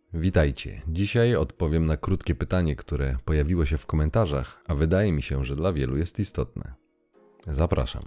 Witajcie. Dzisiaj odpowiem na krótkie pytanie, które pojawiło się w komentarzach, a wydaje mi się, że dla wielu jest istotne. Zapraszam.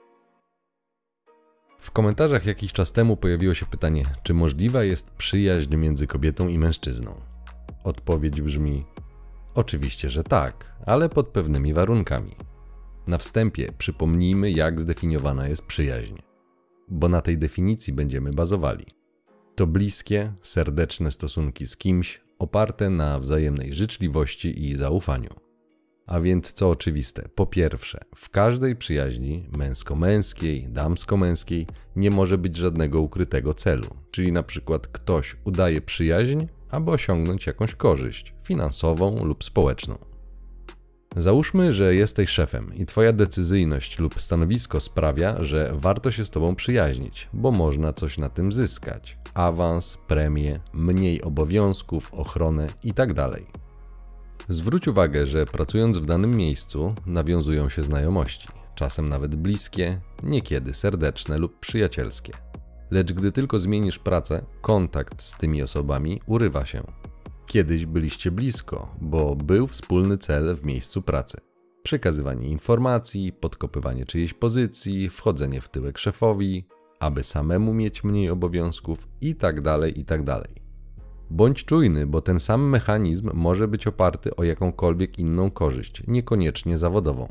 W komentarzach jakiś czas temu pojawiło się pytanie, czy możliwa jest przyjaźń między kobietą i mężczyzną? Odpowiedź brzmi: oczywiście, że tak, ale pod pewnymi warunkami. Na wstępie przypomnijmy, jak zdefiniowana jest przyjaźń, bo na tej definicji będziemy bazowali. To bliskie, serdeczne stosunki z kimś, oparte na wzajemnej życzliwości i zaufaniu. A więc co oczywiste, po pierwsze, w każdej przyjaźni męsko-męskiej, damsko-męskiej nie może być żadnego ukrytego celu, czyli na przykład ktoś udaje przyjaźń, aby osiągnąć jakąś korzyść finansową lub społeczną. Załóżmy, że jesteś szefem i twoja decyzyjność lub stanowisko sprawia, że warto się z tobą przyjaźnić, bo można coś na tym zyskać. Awans, premie, mniej obowiązków, ochronę itd. Zwróć uwagę, że pracując w danym miejscu nawiązują się znajomości, czasem nawet bliskie, niekiedy serdeczne lub przyjacielskie. Lecz gdy tylko zmienisz pracę, kontakt z tymi osobami urywa się. Kiedyś byliście blisko, bo był wspólny cel w miejscu pracy. Przekazywanie informacji, podkopywanie czyjejś pozycji, wchodzenie w tyłek szefowi, aby samemu mieć mniej obowiązków itd. Bądź czujny, bo ten sam mechanizm może być oparty o jakąkolwiek inną korzyść, niekoniecznie zawodową.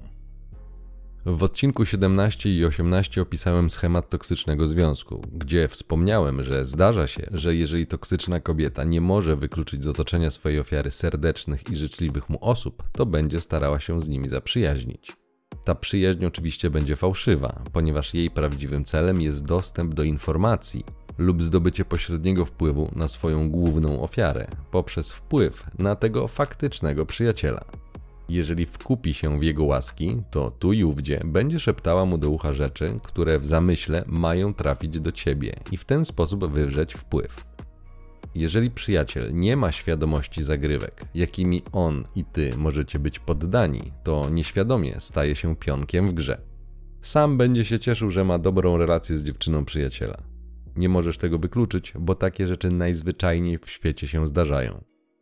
W odcinku 17 i 18 opisałem schemat toksycznego związku, gdzie wspomniałem, że zdarza się, że jeżeli toksyczna kobieta nie może wykluczyć z otoczenia swojej ofiary serdecznych i życzliwych mu osób, to będzie starała się z nimi zaprzyjaźnić. Ta przyjaźń oczywiście będzie fałszywa, ponieważ jej prawdziwym celem jest dostęp do informacji lub zdobycie pośredniego wpływu na swoją główną ofiarę poprzez wpływ na tego faktycznego przyjaciela. Jeżeli wkupi się w jego łaski, to tu i ówdzie będzie szeptała mu do ucha rzeczy, które w zamyśle mają trafić do ciebie i w ten sposób wywrzeć wpływ. Jeżeli przyjaciel nie ma świadomości zagrywek, jakimi on i ty możecie być poddani, to nieświadomie staje się pionkiem w grze. Sam będzie się cieszył, że ma dobrą relację z dziewczyną przyjaciela. Nie możesz tego wykluczyć, bo takie rzeczy najzwyczajniej w świecie się zdarzają.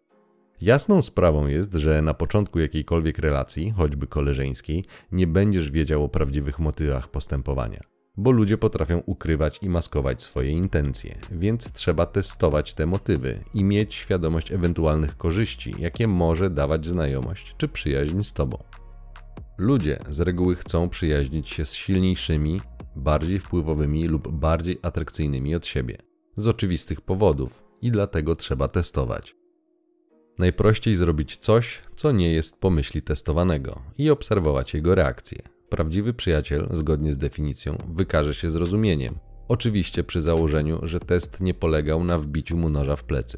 Jasną sprawą jest, że na początku jakiejkolwiek relacji, choćby koleżeńskiej, nie będziesz wiedział o prawdziwych motywach postępowania, bo ludzie potrafią ukrywać i maskować swoje intencje, więc trzeba testować te motywy i mieć świadomość ewentualnych korzyści, jakie może dawać znajomość czy przyjaźń z tobą. Ludzie z reguły chcą przyjaźnić się z silniejszymi, bardziej wpływowymi lub bardziej atrakcyjnymi od siebie, z oczywistych powodów i dlatego trzeba testować. Najprościej zrobić coś, co nie jest po myśli testowanego i obserwować jego reakcję. Prawdziwy przyjaciel, zgodnie z definicją, wykaże się zrozumieniem. Oczywiście przy założeniu, że test nie polegał na wbiciu mu noża w plecy.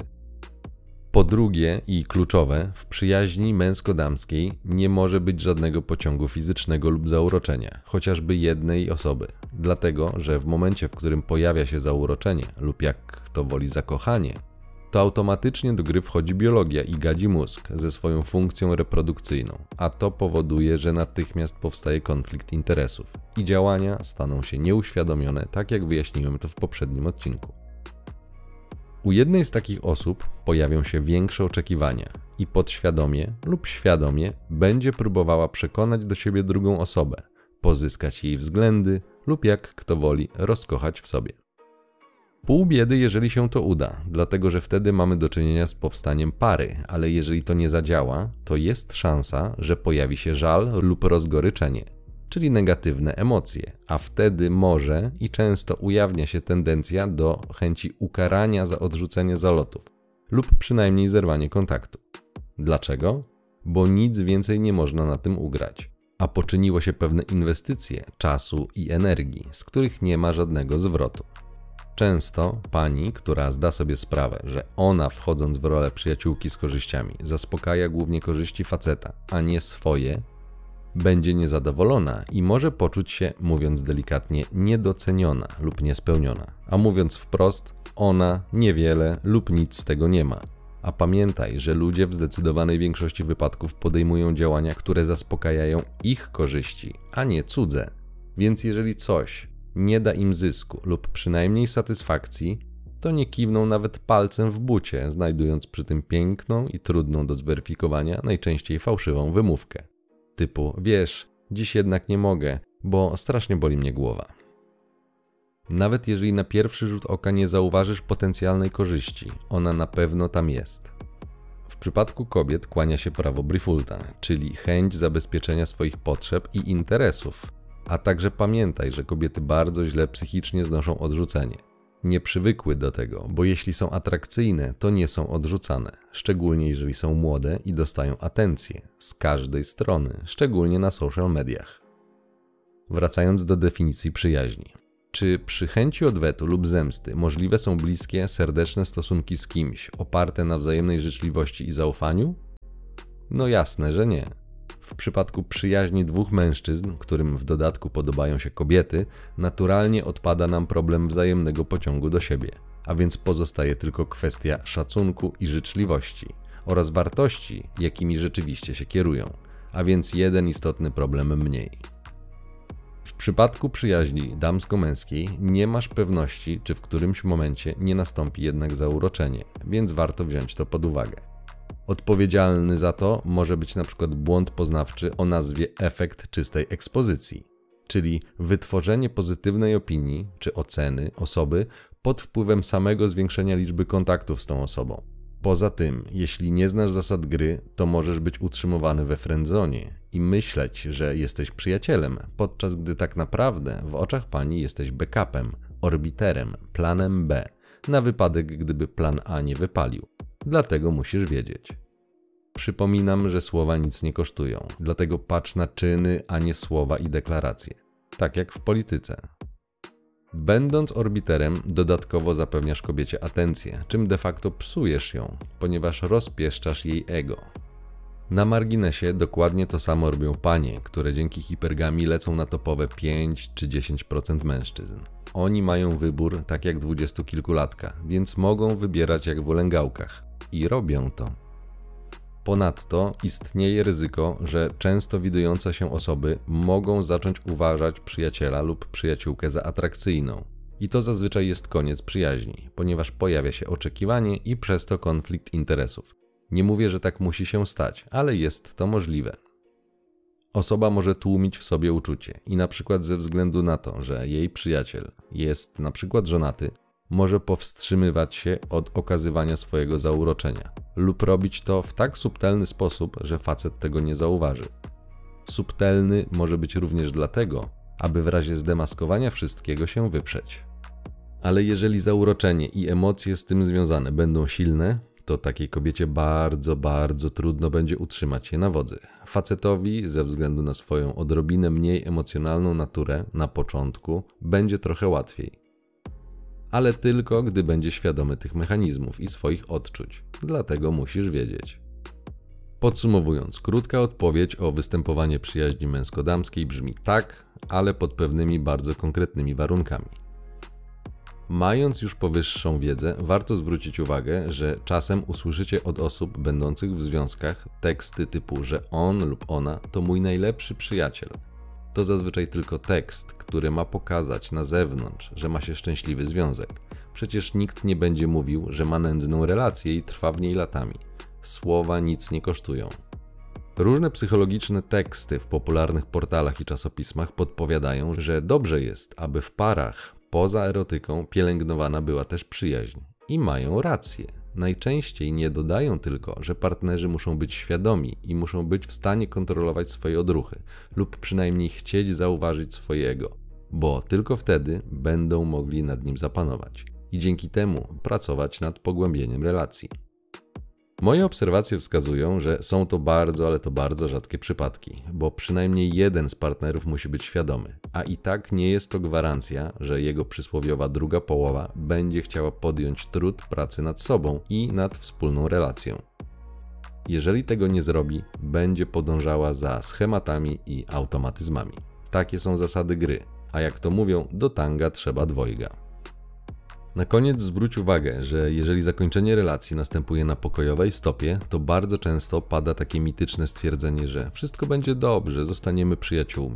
Po drugie i kluczowe, w przyjaźni męsko-damskiej nie może być żadnego pociągu fizycznego lub zauroczenia, chociażby jednej osoby. Dlatego, że w momencie, w którym pojawia się zauroczenie lub jak kto woli zakochanie, to automatycznie do gry wchodzi biologia i gadzi mózg ze swoją funkcją reprodukcyjną, a to powoduje, że natychmiast powstaje konflikt interesów i działania staną się nieuświadomione, tak jak wyjaśniłem to w poprzednim odcinku. U jednej z takich osób pojawią się większe oczekiwania i podświadomie lub świadomie będzie próbowała przekonać do siebie drugą osobę, pozyskać jej względy lub jak kto woli rozkochać w sobie. Pół biedy, jeżeli się to uda, dlatego że wtedy mamy do czynienia z powstaniem pary, ale jeżeli to nie zadziała, to jest szansa, że pojawi się żal lub rozgoryczenie, czyli negatywne emocje, a wtedy może i często ujawnia się tendencja do chęci ukarania za odrzucenie zalotów lub przynajmniej zerwanie kontaktu. Dlaczego? Bo nic więcej nie można na tym ugrać, a poczyniło się pewne inwestycje czasu i energii, z których nie ma żadnego zwrotu. Często pani, która zda sobie sprawę, że ona wchodząc w rolę przyjaciółki z korzyściami zaspokaja głównie korzyści faceta, a nie swoje, będzie niezadowolona i może poczuć się, mówiąc delikatnie, niedoceniona lub niespełniona. A mówiąc wprost, ona niewiele lub nic z tego nie ma. A pamiętaj, że ludzie w zdecydowanej większości wypadków podejmują działania, które zaspokajają ich korzyści, a nie cudze. Więc jeżeli coś nie da im zysku lub przynajmniej satysfakcji, to nie kiwną nawet palcem w bucie, znajdując przy tym piękną i trudną do zweryfikowania, najczęściej fałszywą wymówkę. Typu, wiesz, dziś jednak nie mogę, bo strasznie boli mnie głowa. Nawet jeżeli na pierwszy rzut oka nie zauważysz potencjalnej korzyści, ona na pewno tam jest. W przypadku kobiet kłania się prawo Brifulta, czyli chęć zabezpieczenia swoich potrzeb i interesów. A także pamiętaj, że kobiety bardzo źle psychicznie znoszą odrzucenie. Nie przywykły do tego, bo jeśli są atrakcyjne, to nie są odrzucane, szczególnie jeżeli są młode i dostają atencję z każdej strony, szczególnie na social mediach. Wracając do definicji przyjaźni. Czy przy chęci odwetu lub zemsty możliwe są bliskie, serdeczne stosunki z kimś, oparte na wzajemnej życzliwości i zaufaniu? No jasne, że nie. W przypadku przyjaźni dwóch mężczyzn, którym w dodatku podobają się kobiety, naturalnie odpada nam problem wzajemnego pociągu do siebie, a więc pozostaje tylko kwestia szacunku i życzliwości oraz wartości, jakimi rzeczywiście się kierują, a więc jeden istotny problem mniej. W przypadku przyjaźni damsko-męskiej nie masz pewności, czy w którymś momencie nie nastąpi jednak zauroczenie, więc warto wziąć to pod uwagę. Odpowiedzialny za to może być na przykład błąd poznawczy o nazwie efekt czystej ekspozycji, czyli wytworzenie pozytywnej opinii czy oceny osoby pod wpływem samego zwiększenia liczby kontaktów z tą osobą. Poza tym, jeśli nie znasz zasad gry, to możesz być utrzymywany we friendzone i myśleć, że jesteś przyjacielem, podczas gdy tak naprawdę w oczach pani jesteś backupem, orbiterem, planem B, na wypadek gdyby plan A nie wypalił. Dlatego musisz wiedzieć. Przypominam, że słowa nic nie kosztują, dlatego patrz na czyny, a nie słowa i deklaracje. Tak jak w polityce. Będąc orbiterem, dodatkowo zapewniasz kobiecie atencję, czym de facto psujesz ją, ponieważ rozpieszczasz jej ego. Na marginesie dokładnie to samo robią panie, które dzięki hipergamii lecą na topowe 5 czy 10% mężczyzn. Oni mają wybór tak jak dwudziestokilkulatka, więc mogą wybierać jak w ulęgałkach. I robią to. Ponadto istnieje ryzyko, że często widujące się osoby mogą zacząć uważać przyjaciela lub przyjaciółkę za atrakcyjną. I to zazwyczaj jest koniec przyjaźni, ponieważ pojawia się oczekiwanie i przez to konflikt interesów. Nie mówię, że tak musi się stać, ale jest to możliwe. Osoba może tłumić w sobie uczucie i na przykład ze względu na to, że jej przyjaciel jest na przykład żonaty, może powstrzymywać się od okazywania swojego zauroczenia lub robić to w tak subtelny sposób, że facet tego nie zauważy. Subtelny może być również dlatego, aby w razie zdemaskowania wszystkiego się wyprzeć. Ale jeżeli zauroczenie i emocje z tym związane będą silne, to takiej kobiecie bardzo trudno będzie utrzymać je na wodzy. Facetowi, ze względu na swoją odrobinę mniej emocjonalną naturę, na początku będzie trochę łatwiej. Ale tylko gdy będzie świadomy tych mechanizmów i swoich odczuć. Dlatego musisz wiedzieć. Podsumowując, krótka odpowiedź o występowanie przyjaźni męsko-damskiej brzmi tak, ale pod pewnymi bardzo konkretnymi warunkami. Mając już powyższą wiedzę, warto zwrócić uwagę, że czasem usłyszycie od osób będących w związkach teksty typu, że on lub ona to mój najlepszy przyjaciel. To zazwyczaj tylko tekst, który ma pokazać na zewnątrz, że ma się szczęśliwy związek. Przecież nikt nie będzie mówił, że ma nędzną relację i trwa w niej latami. Słowa nic nie kosztują. Różne psychologiczne teksty w popularnych portalach i czasopismach podpowiadają, że dobrze jest, aby w parach poza erotyką pielęgnowana była też przyjaźń. I mają rację. Najczęściej nie dodają tylko, że partnerzy muszą być świadomi i muszą być w stanie kontrolować swoje odruchy lub przynajmniej chcieć zauważyć swojego, bo tylko wtedy będą mogli nad nim zapanować i dzięki temu pracować nad pogłębieniem relacji. Moje obserwacje wskazują, że są to bardzo, ale to bardzo rzadkie przypadki, bo przynajmniej jeden z partnerów musi być świadomy, a i tak nie jest to gwarancja, że jego przysłowiowa druga połowa będzie chciała podjąć trud pracy nad sobą i nad wspólną relacją. Jeżeli tego nie zrobi, będzie podążała za schematami i automatyzmami. Takie są zasady gry, a jak to mówią, do tanga trzeba dwojga. Na koniec zwróć uwagę, że jeżeli zakończenie relacji następuje na pokojowej stopie, to bardzo często pada takie mityczne stwierdzenie, że wszystko będzie dobrze, zostaniemy przyjaciółmi.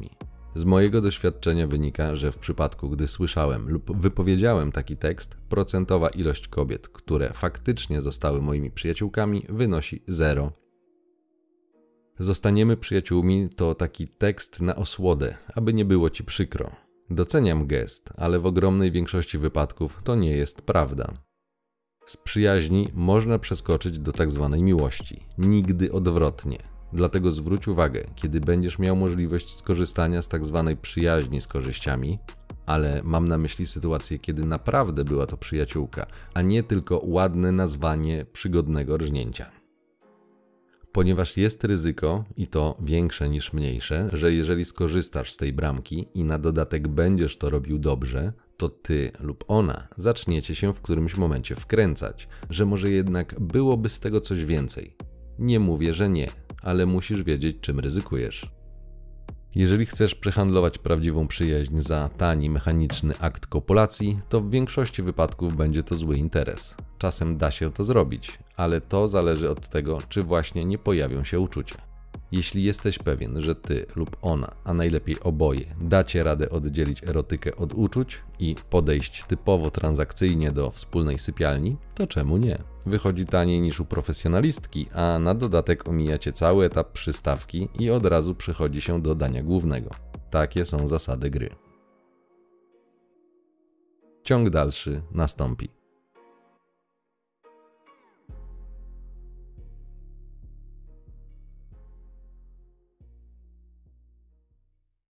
Z mojego doświadczenia wynika, że w przypadku, gdy słyszałem lub wypowiedziałem taki tekst, procentowa ilość kobiet, które faktycznie zostały moimi przyjaciółkami, wynosi 0. Zostaniemy przyjaciółmi to taki tekst na osłodę, aby nie było ci przykro. Doceniam gest, ale w ogromnej większości wypadków to nie jest prawda. Z przyjaźni można przeskoczyć do tak zwanej miłości, nigdy odwrotnie. Dlatego zwróć uwagę, kiedy będziesz miał możliwość skorzystania z tak zwanej przyjaźni z korzyściami, ale mam na myśli sytuację, kiedy naprawdę była to przyjaciółka, a nie tylko ładne nazwanie przygodnego rżnięcia. Ponieważ jest ryzyko, i to większe niż mniejsze, że jeżeli skorzystasz z tej bramki i na dodatek będziesz to robił dobrze, to ty lub ona zaczniecie się w którymś momencie wkręcać, że może jednak byłoby z tego coś więcej. Nie mówię, że nie, ale musisz wiedzieć, czym ryzykujesz. Jeżeli chcesz przehandlować prawdziwą przyjaźń za tani, mechaniczny akt kopulacji, to w większości wypadków będzie to zły interes. Czasem da się to zrobić, ale to zależy od tego, czy właśnie nie pojawią się uczucia. Jeśli jesteś pewien, że ty lub ona, a najlepiej oboje, dacie radę oddzielić erotykę od uczuć i podejść typowo transakcyjnie do wspólnej sypialni, to czemu nie? Wychodzi taniej niż u profesjonalistki, a na dodatek omijacie cały etap przystawki i od razu przechodzi się do dania głównego. Takie są zasady gry. Ciąg dalszy nastąpi.